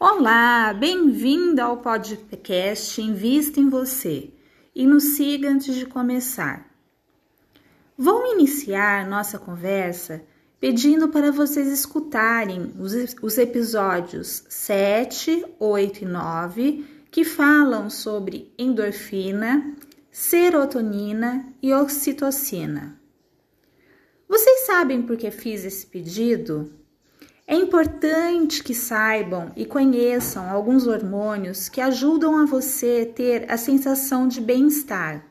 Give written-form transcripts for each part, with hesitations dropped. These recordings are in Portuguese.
Olá, bem-vindo ao podcast Invista em Você e nos siga antes de começar. Vou iniciar nossa conversa pedindo para vocês escutarem os episódios 7, 8 e 9 que falam sobre endorfina, serotonina e ocitocina. Vocês sabem por que fiz esse pedido? É importante que saibam e conheçam alguns hormônios que ajudam a você ter a sensação de bem-estar.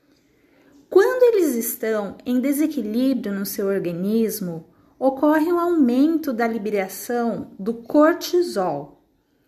Quando eles estão em desequilíbrio no seu organismo, ocorre um aumento da liberação do cortisol.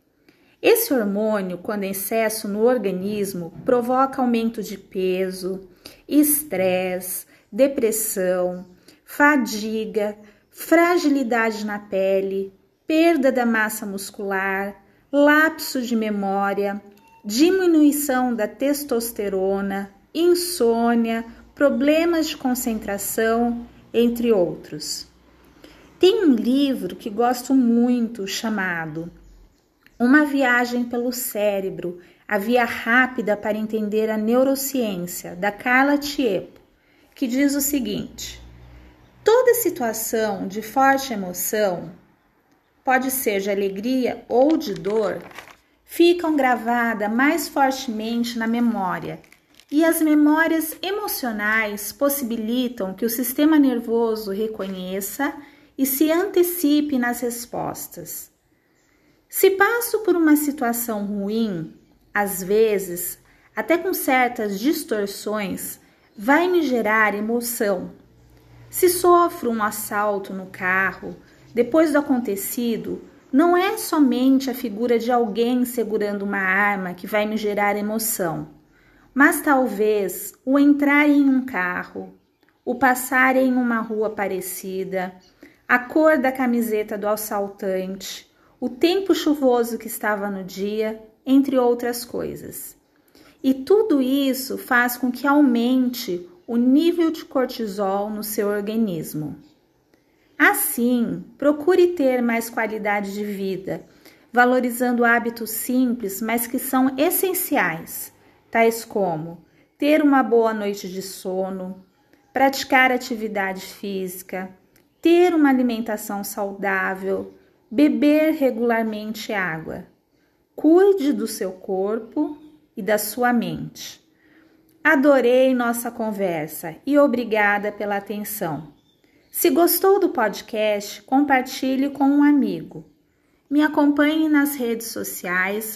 Esse hormônio, quando em excesso no organismo, provoca aumento de peso, estresse, depressão, fadiga, fragilidade na pele, perda da massa muscular, lapso de memória, diminuição da testosterona, insônia, problemas de concentração, entre outros. Tem um livro que gosto muito chamado Uma Viagem pelo Cérebro, a Via Rápida para Entender a Neurociência, da Carla Tiepo, que diz o seguinte: toda situação de forte emoção, pode ser de alegria ou de dor, ficam gravadas mais fortemente na memória, e as memórias emocionais possibilitam que o sistema nervoso reconheça e se antecipe nas respostas. Se passo por uma situação ruim, às vezes, até com certas distorções, vai me gerar emoção. Se sofro um assalto no carro, depois do acontecido, não é somente a figura de alguém segurando uma arma que vai me gerar emoção, mas talvez o entrar em um carro, o passar em uma rua parecida, a cor da camiseta do assaltante, o tempo chuvoso que estava no dia, entre outras coisas. E tudo isso faz com que aumente o nível de cortisol no seu organismo. Assim, procure ter mais qualidade de vida, valorizando hábitos simples, mas que são essenciais, tais como ter uma boa noite de sono, praticar atividade física, ter uma alimentação saudável, beber regularmente água. Cuide do seu corpo e da sua mente. Adorei nossa conversa e obrigada pela atenção. Se gostou do podcast, compartilhe com um amigo. Me acompanhe nas redes sociais,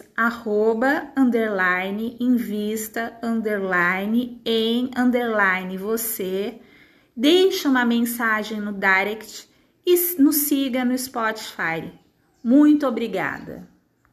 @invista_em_você. Deixe uma mensagem no direct e nos siga no Spotify. Muito obrigada!